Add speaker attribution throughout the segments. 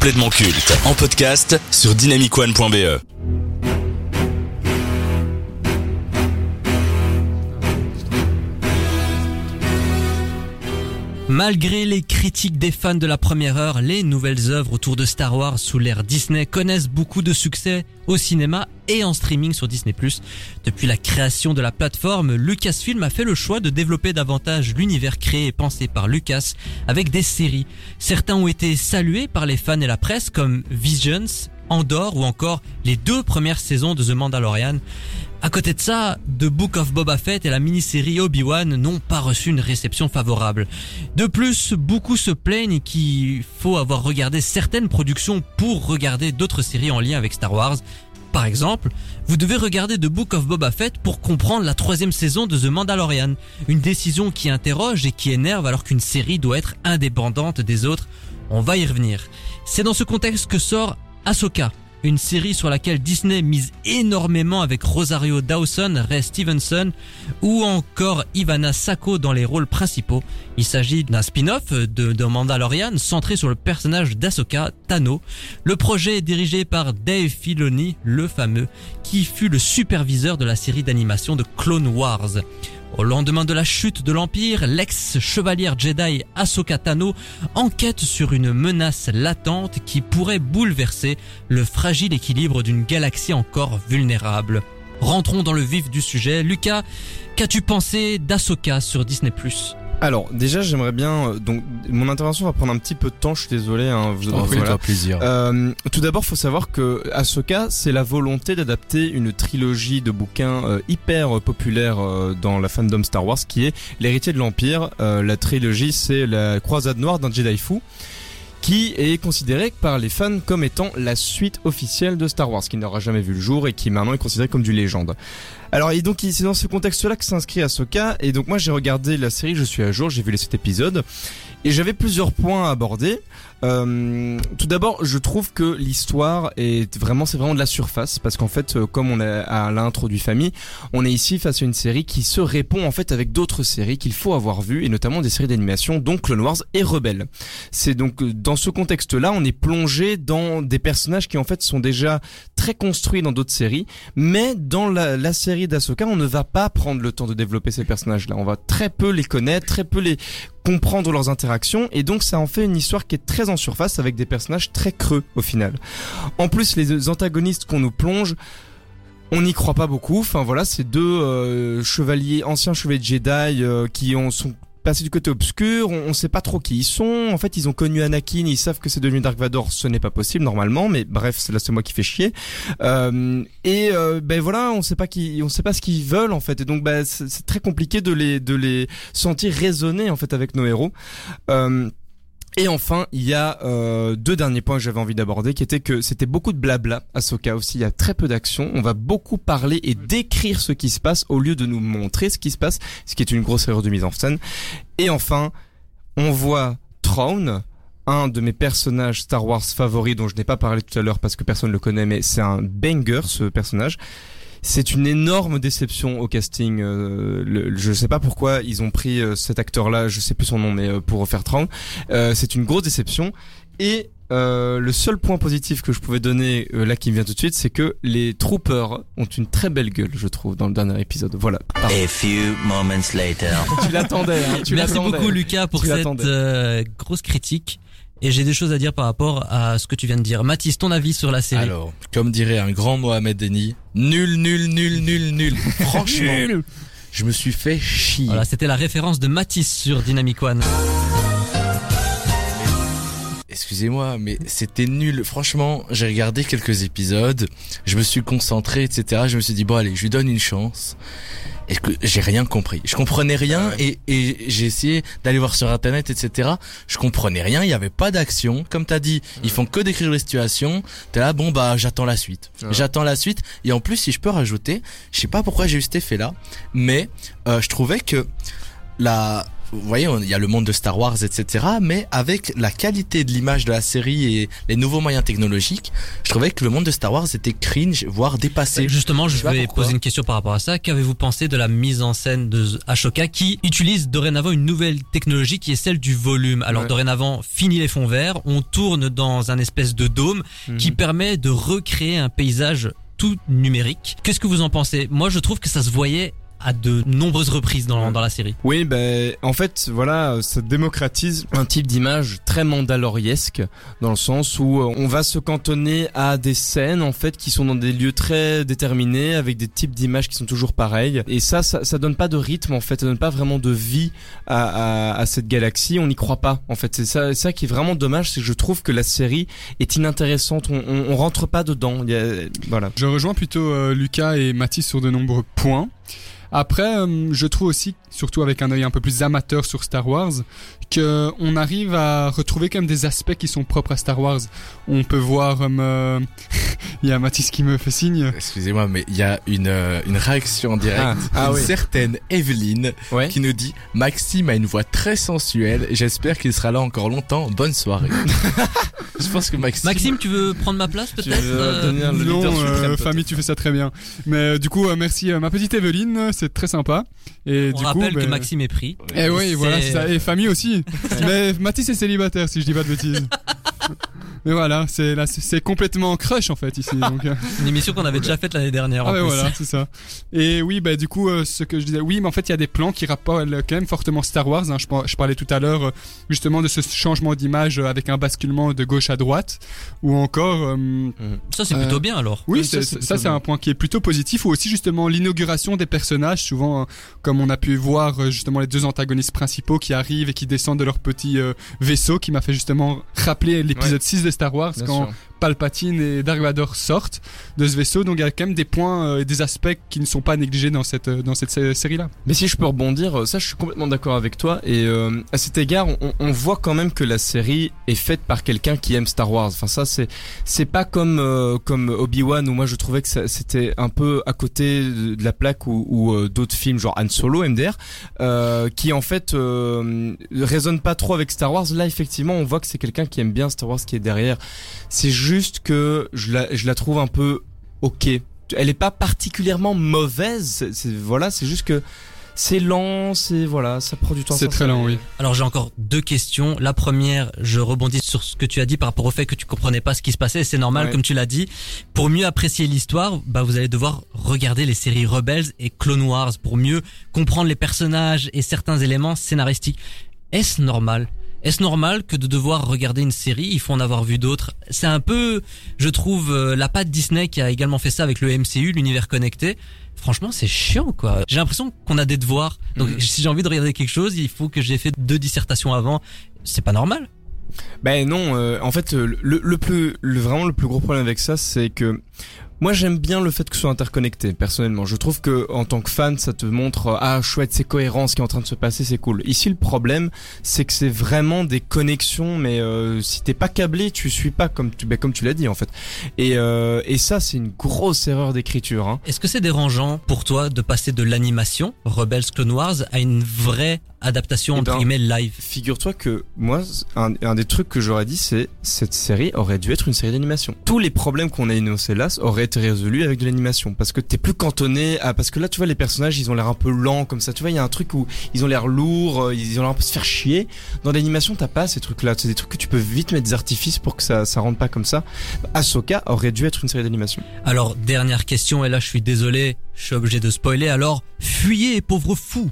Speaker 1: complètement culte en podcast sur dynamicone.be.
Speaker 2: Malgré les critiques des fans de la première heure, les nouvelles œuvres autour de Star Wars sous l'ère Disney connaissent beaucoup de succès au cinéma et en streaming sur Disney+. Depuis la création de la plateforme, Lucasfilm a fait le choix de développer davantage l'univers créé et pensé par Lucas avec des séries. Certains ont été salués par les fans et la presse comme Visions, Andor ou encore les 2 premières saisons de The Mandalorian. À côté de ça, The Book of Boba Fett et la mini-série Obi-Wan n'ont pas reçu une réception favorable. De plus, beaucoup se plaignent qu'il faut avoir regardé certaines productions pour regarder d'autres séries en lien avec Star Wars. Par exemple, vous devez regarder The Book of Boba Fett pour comprendre la 3e saison de The Mandalorian. Une décision qui interroge et qui énerve alors qu'une série doit être indépendante des autres. On va y revenir. C'est dans ce contexte que sort Ahsoka, une série sur laquelle Disney mise énormément avec Rosario Dawson, Ray Stevenson ou encore Ivana Sacco dans les rôles principaux. Il s'agit d'un spin-off de Mandalorian centré sur le personnage d'Ahsoka, Tano. Le projet est dirigé par Dave Filoni, le fameux, qui fut le superviseur de la série d'animation de Clone Wars. Au lendemain de la chute de l'Empire, l'ex-chevalière Jedi Ahsoka Tano enquête sur une menace latente qui pourrait bouleverser le fragile équilibre d'une galaxie encore vulnérable. Rentrons dans le vif du sujet. Lucas, qu'as-tu pensé d'Ahsoka sur Disney+?
Speaker 3: Alors déjà j'aimerais bien, donc mon intervention va prendre un petit peu de temps, je suis désolé.
Speaker 4: Fais-toi plaisir.
Speaker 3: Tout d'abord faut savoir que Ahsoka c'est la volonté d'adapter une trilogie de bouquins hyper populaire dans la fandom Star Wars qui est l'héritier de l'Empire. La trilogie c'est la croisade noire d'un Jedi fou, qui est considéré par les fans comme étant la suite officielle de Star Wars, qui n'aura jamais vu le jour et qui maintenant est considéré comme du légende. Alors et donc c'est dans ce contexte-là que s'inscrit Ahsoka, et donc moi j'ai regardé la série, je suis à jour, j'ai vu les 7 épisodes, et j'avais plusieurs points à aborder. Tout d'abord, je trouve que l'histoire c'est vraiment de la surface, parce qu'en fait, comme on a à l'intro du famille, on est ici face à une série qui se répond en fait avec d'autres séries qu'il faut avoir vues, et notamment des séries d'animation, dont Clone Wars et Rebelle. C'est donc dans ce contexte-là, on est plongé dans des personnages qui en fait sont déjà très construits dans d'autres séries, mais dans la série d'Ahsoka, on ne va pas prendre le temps de développer ces personnages-là. On va très peu les connaître, très peu les comprendre leurs interactions, et donc ça en fait une histoire qui est très en surface avec des personnages très creux au final. En plus, les antagonistes qu'on nous plonge, on n'y croit pas beaucoup. Enfin voilà, c'est 2 anciens chevaliers Jedi qui sont passés du côté obscur, on sait pas trop qui ils sont. En fait, ils ont connu Anakin, ils savent que c'est devenu Dark Vador, ce n'est pas possible normalement, mais bref, c'est moi qui fais chier. Ben voilà, on sait pas ce qu'ils veulent en fait, et donc c'est très compliqué de les sentir résonner en fait avec nos héros. Et enfin, il y a 2 derniers points que j'avais envie d'aborder, qui étaient que c'était beaucoup de blabla. Ahsoka aussi, il y a très peu d'action. On va beaucoup parler et décrire ce qui se passe au lieu de nous montrer ce qui se passe, ce qui est une grosse erreur de mise en scène. Et enfin, on voit Thrawn, un de mes personnages Star Wars favoris dont je n'ai pas parlé tout à l'heure parce que personne ne le connaît, mais c'est un banger ce personnage. C'est une énorme déception au casting. Je sais pas pourquoi ils ont pris cet acteur-là, je sais plus son nom, mais pour refaire Thrawn. C'est une grosse déception. Et le seul point positif que je pouvais donner là qui me vient tout de suite, c'est que les troopers ont une très belle gueule, je trouve, dans le dernier épisode. Voilà.
Speaker 1: A few moments later.
Speaker 3: Tu l'attendais, hein,
Speaker 2: Merci beaucoup Lucas pour cette grosse critique. Et j'ai des choses à dire par rapport à ce que tu viens de dire. Mathis, ton avis sur la série?
Speaker 4: Alors, comme dirait un grand Mohamed Denis, nul. Franchement, je me suis fait chier.
Speaker 2: Voilà, c'était la référence de Mathis sur Dynamic One.
Speaker 4: Excusez-moi, mais c'était nul. Franchement, j'ai regardé quelques épisodes, je me suis concentré, etc. Je me suis dit, bon allez, je lui donne une chance. Et que j'ai rien compris. Je comprenais rien et j'ai essayé d'aller voir sur internet, etc. Je comprenais rien, il y avait pas d'action. Comme t'as dit, ils font que décrire les situations. T'es là, bon bah j'attends la suite. J'attends la suite. Et en plus, si je peux rajouter, je sais pas pourquoi j'ai eu cet effet-là, mais je trouvais que vous voyez, il y a le monde de Star Wars, etc. Mais avec la qualité de l'image de la série et les nouveaux moyens technologiques, je trouvais que le monde de Star Wars était cringe, voire dépassé.
Speaker 2: Justement, je
Speaker 4: sais pas
Speaker 2: vais
Speaker 4: pourquoi.
Speaker 2: poser une question par rapport à ça. Qu'avez-vous pensé de la mise en scène de Ashoka qui utilise dorénavant une nouvelle technologie qui est celle du volume? Alors
Speaker 3: Ouais.
Speaker 2: dorénavant, fini les fonds verts, on tourne dans un espèce de dôme qui permet de recréer un paysage tout numérique. Qu'est-ce que vous en pensez? Moi, je trouve que ça se voyait à de nombreuses reprises dans la série.
Speaker 3: Oui, en fait, voilà, ça démocratise un type d'image très mandaloriesque, dans le sens où on va se cantonner à des scènes, en fait, qui sont dans des lieux très déterminés, avec des types d'images qui sont toujours pareilles. Et ça donne pas de rythme, en fait, ça donne pas vraiment de vie à cette galaxie, on n'y croit pas, en fait. C'est ça qui est vraiment dommage, c'est que je trouve que la série est inintéressante, on rentre pas dedans, voilà.
Speaker 5: Je rejoins plutôt Lucas et Mathis sur de nombreux points. Après, je trouve aussi, surtout avec un œil un peu plus amateur sur Star Wars, que on arrive à retrouver quand même des aspects qui sont propres à Star Wars. On peut voir, il y a Mathis qui me fait signe.
Speaker 4: Excusez-moi, mais il y a une réaction en direct
Speaker 3: Ah
Speaker 4: d'une
Speaker 3: oui.
Speaker 4: certaine Evelyne
Speaker 3: Ouais.
Speaker 4: qui nous dit « Maxime a une voix très sensuelle, j'espère qu'il sera là encore longtemps, bonne soirée ». Je pense que
Speaker 2: Maxime, tu veux prendre ma place
Speaker 3: Tu
Speaker 2: peut-être?
Speaker 3: veux devenir le
Speaker 5: Non,
Speaker 3: leader suprême, peut-être.
Speaker 5: Famille, tu fais ça très bien. Mais du coup, merci ma petite Evelyne, c'est très sympa. Et
Speaker 2: On
Speaker 5: du
Speaker 2: rappelle
Speaker 5: coup,
Speaker 2: que Maxime est pris.
Speaker 5: Eh oui,
Speaker 2: C'est-
Speaker 5: voilà, c'est ça. Et famille aussi. Mais Mathis est célibataire, si je dis pas de bêtises. Mais voilà, c'est complètement crush en fait ici. Donc,
Speaker 2: Une émission qu'on avait déjà faite l'année dernière.
Speaker 5: ah
Speaker 2: en
Speaker 5: ouais,
Speaker 2: plus.
Speaker 5: voilà, c'est ça. Et oui, bah du coup, ce que je disais, oui, mais en fait, il y a des plans qui rappellent quand même fortement Star Wars. Hein. Je parlais tout à l'heure justement de ce changement d'image avec un basculement de gauche à droite, ou encore.
Speaker 2: Ça, c'est plutôt bien alors.
Speaker 5: Oui,
Speaker 3: Oui, ça,
Speaker 5: ça,
Speaker 3: c'est
Speaker 5: c'est
Speaker 3: plutôt
Speaker 5: un point qui est plutôt positif, ou aussi justement l'inauguration des personnages, souvent comme on a pu voir justement les deux antagonistes principaux qui arrivent et qui descendent de leur petit vaisseau, qui m'a fait justement rappeler l'épisode 6 de Star Wars,
Speaker 3: Bien
Speaker 5: quand
Speaker 3: sûr.
Speaker 5: Palpatine et Dark Vador sortent de ce vaisseau. Donc il y a quand même des points et des aspects qui ne sont pas négligés dans cette série-là.
Speaker 3: Mais si je peux rebondir, ça je suis complètement d'accord avec toi, et à cet égard on voit quand même que la série est faite par quelqu'un qui aime Star Wars. Enfin ça c'est pas comme Obi-Wan, où moi je trouvais que c'était un peu à côté de la plaque, ou d'autres films genre Han Solo, MDR, qui en fait résonnent pas trop avec Star Wars. Là effectivement on voit que c'est quelqu'un qui aime bien Star Wars qui est derrière. C'est juste que je la trouve un peu ok. Elle est pas particulièrement mauvaise, c'est juste que c'est lent, ça prend du temps.
Speaker 5: C'est très lent, oui.
Speaker 2: Alors j'ai encore deux questions. La première, je rebondis sur ce que tu as dit par rapport au fait que tu comprenais pas ce qui se passait. C'est normal,
Speaker 3: Ouais.
Speaker 2: comme tu l'as dit. Pour mieux apprécier l'histoire, vous allez devoir regarder les séries Rebels et Clone Wars pour mieux comprendre les personnages et certains éléments scénaristiques. Est-ce normal que de devoir regarder une série, il faut en avoir vu d'autres? C'est un peu, je trouve, la patte Disney qui a également fait ça avec le MCU, l'univers connecté. Franchement, c'est chiant, quoi. J'ai l'impression qu'on a des devoirs. Donc, si j'ai envie de regarder quelque chose, il faut que j'ai fait 2 dissertations avant. C'est pas normal.
Speaker 3: Ben non, en fait, vraiment le plus gros problème avec ça, c'est que moi j'aime bien le fait que ce soit interconnecté, personnellement. Je trouve que en tant que fan, ça te montre chouette, c'est cohérent, ce qui est en train de se passer, c'est cool. Ici, le problème, c'est que c'est vraiment des connexions, mais si t'es pas câblé, tu suis pas, comme tu l'as dit en fait. Et ça, c'est une grosse erreur d'écriture. Hein.
Speaker 2: Est-ce que c'est dérangeant pour toi de passer de l'animation, Rebels Clone Wars, à une vraie adaptation, entre guillemets, live?
Speaker 3: Figure-toi que moi, un des trucs que j'aurais dit, c'est cette série aurait dû être une série d'animation. Tous les problèmes qu'on a énoncés là auraient été résolus avec de l'animation, parce que t'es plus cantonné à, parce que là tu vois les personnages ils ont l'air un peu lents comme ça, tu vois il y a un truc où ils ont l'air lourds, ils ont l'air un peu se faire chier. Dans l'animation t'as pas ces trucs là, c'est des trucs que tu peux vite mettre des artifices pour que ça rentre pas comme ça. Ahsoka aurait dû être une série d'animation.
Speaker 2: Alors, dernière question, et là je suis désolé, je suis obligé de spoiler, alors fuyez pauvre fou.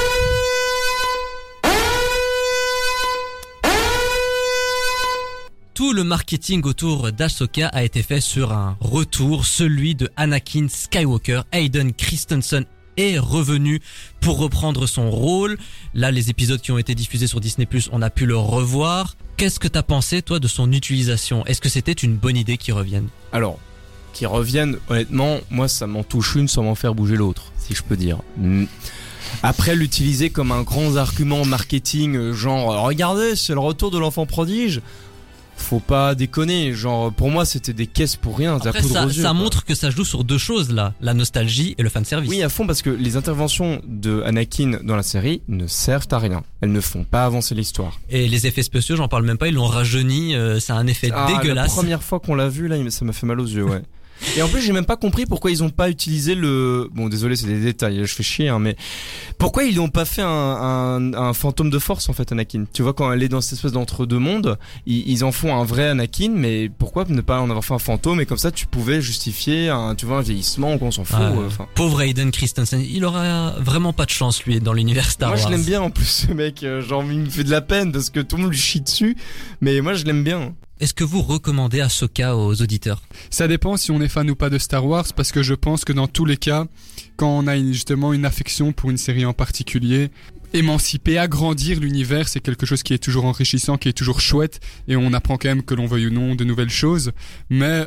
Speaker 2: Tout le marketing autour d'Ahsoka a été fait sur un retour, celui de Anakin Skywalker. Hayden Christensen est revenu pour reprendre son rôle. Là, les épisodes qui ont été diffusés sur Disney+, on a pu le revoir. Qu'est-ce que t'as pensé, toi, de son utilisation? Est-ce que c'était une bonne idée qu'il revienne?
Speaker 3: Alors, qu'ils reviennent, honnêtement, moi ça m'en touche une sans m'en faire bouger l'autre, si je peux dire. Après, l'utiliser comme un grand argument marketing, genre regardez, c'est le retour de l'enfant prodige. Faut pas déconner, genre pour moi c'était des caisses pour rien,
Speaker 2: Après,
Speaker 3: à poudre aux yeux,
Speaker 2: ça
Speaker 3: quoi.
Speaker 2: montre que ça joue sur deux choses là, la nostalgie et le fanservice.
Speaker 3: Oui, à fond, parce que les interventions de Anakin dans la série ne servent à rien. Elles ne font pas avancer l'histoire.
Speaker 2: Et les effets spéciaux, j'en parle même pas, ils l'ont rajeuni, ça a un effet
Speaker 3: La
Speaker 2: dégueulasse.
Speaker 3: première fois qu'on l'a vu, là, ça m'a fait mal aux yeux, ouais. Et en plus, j'ai même pas compris pourquoi ils ont pas utilisé le... Bon, désolé, c'est des détails, je fais chier, hein, mais... Pourquoi ils n'ont pas fait un fantôme de force, en fait, Anakin? Tu vois, quand elle est dans cette espèce d'entre-deux mondes, ils en font un vrai Anakin, mais pourquoi ne pas en avoir fait un fantôme? Et comme ça, tu pouvais justifier un vieillissement, ou qu'on s'en fout, enfin...
Speaker 2: Pauvre Hayden Christensen, il aura vraiment pas de chance, lui, dans l'univers Star
Speaker 3: Moi,
Speaker 2: Wars.
Speaker 3: je l'aime bien, en plus, ce mec. Genre, il me fait de la peine, parce que tout le monde lui chie dessus, mais moi, je l'aime bien.
Speaker 2: Est-ce que vous recommandez Ahsoka aux auditeurs?
Speaker 5: Ça dépend si on est fan ou pas de Star Wars, parce que je pense que dans tous les cas, quand on a justement une affection pour une série en particulier, émanciper, agrandir l'univers, c'est quelque chose qui est toujours enrichissant, qui est toujours chouette, et on apprend quand même, que l'on veuille ou non, de nouvelles choses. Mais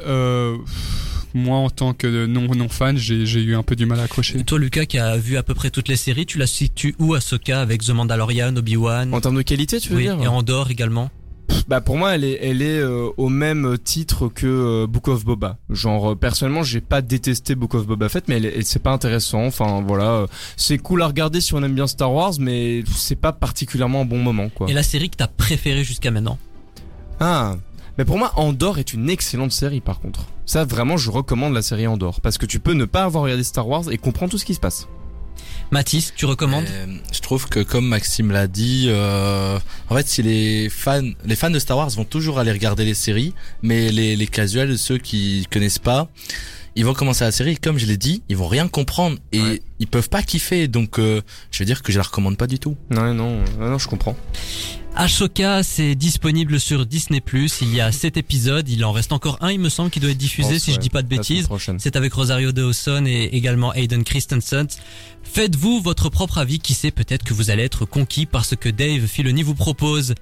Speaker 5: moi, en tant que non fan, j'ai eu un peu du mal à accrocher.
Speaker 2: Et toi, Lucas, qui a vu à peu près toutes les séries, tu la situes où, Ahsoka, avec The Mandalorian, Obi-Wan?
Speaker 3: En termes de qualité, tu veux
Speaker 2: Oui,
Speaker 3: dire?
Speaker 2: et Andor également.
Speaker 3: Bah pour moi elle est au même titre que Book of Boba. Genre personnellement j'ai pas détesté Book of Boba Fett, mais c'est pas intéressant. Enfin voilà, c'est cool à regarder si on aime bien Star Wars, mais c'est pas particulièrement un bon moment quoi.
Speaker 2: Et la série que t'as préférée jusqu'à maintenant?
Speaker 3: Ah, mais pour moi Andor est une excellente série par contre. Ça vraiment je recommande la série Andor parce que tu peux ne pas avoir regardé Star Wars et comprendre tout ce qui se passe.
Speaker 2: Mathis, tu recommandes?
Speaker 4: Je trouve que comme Maxime l'a dit, en fait, si les fans de Star Wars vont toujours aller regarder les séries, mais les casuals, ceux qui connaissent pas, ils vont commencer la série, comme je l'ai dit, ils vont rien comprendre et ils peuvent pas kiffer. Donc, je veux dire que je la recommande pas du tout.
Speaker 3: Non, je comprends.
Speaker 2: Ahsoka, c'est disponible sur Disney+. Il y a 7 épisodes. Il en reste encore un, il me semble, qui doit être diffusé, si je dis pas de bêtises. C'est avec Rosario Dawson et également Hayden Christensen. Faites-vous votre propre avis. Qui sait, peut-être que vous allez être conquis par ce que Dave Filoni vous propose.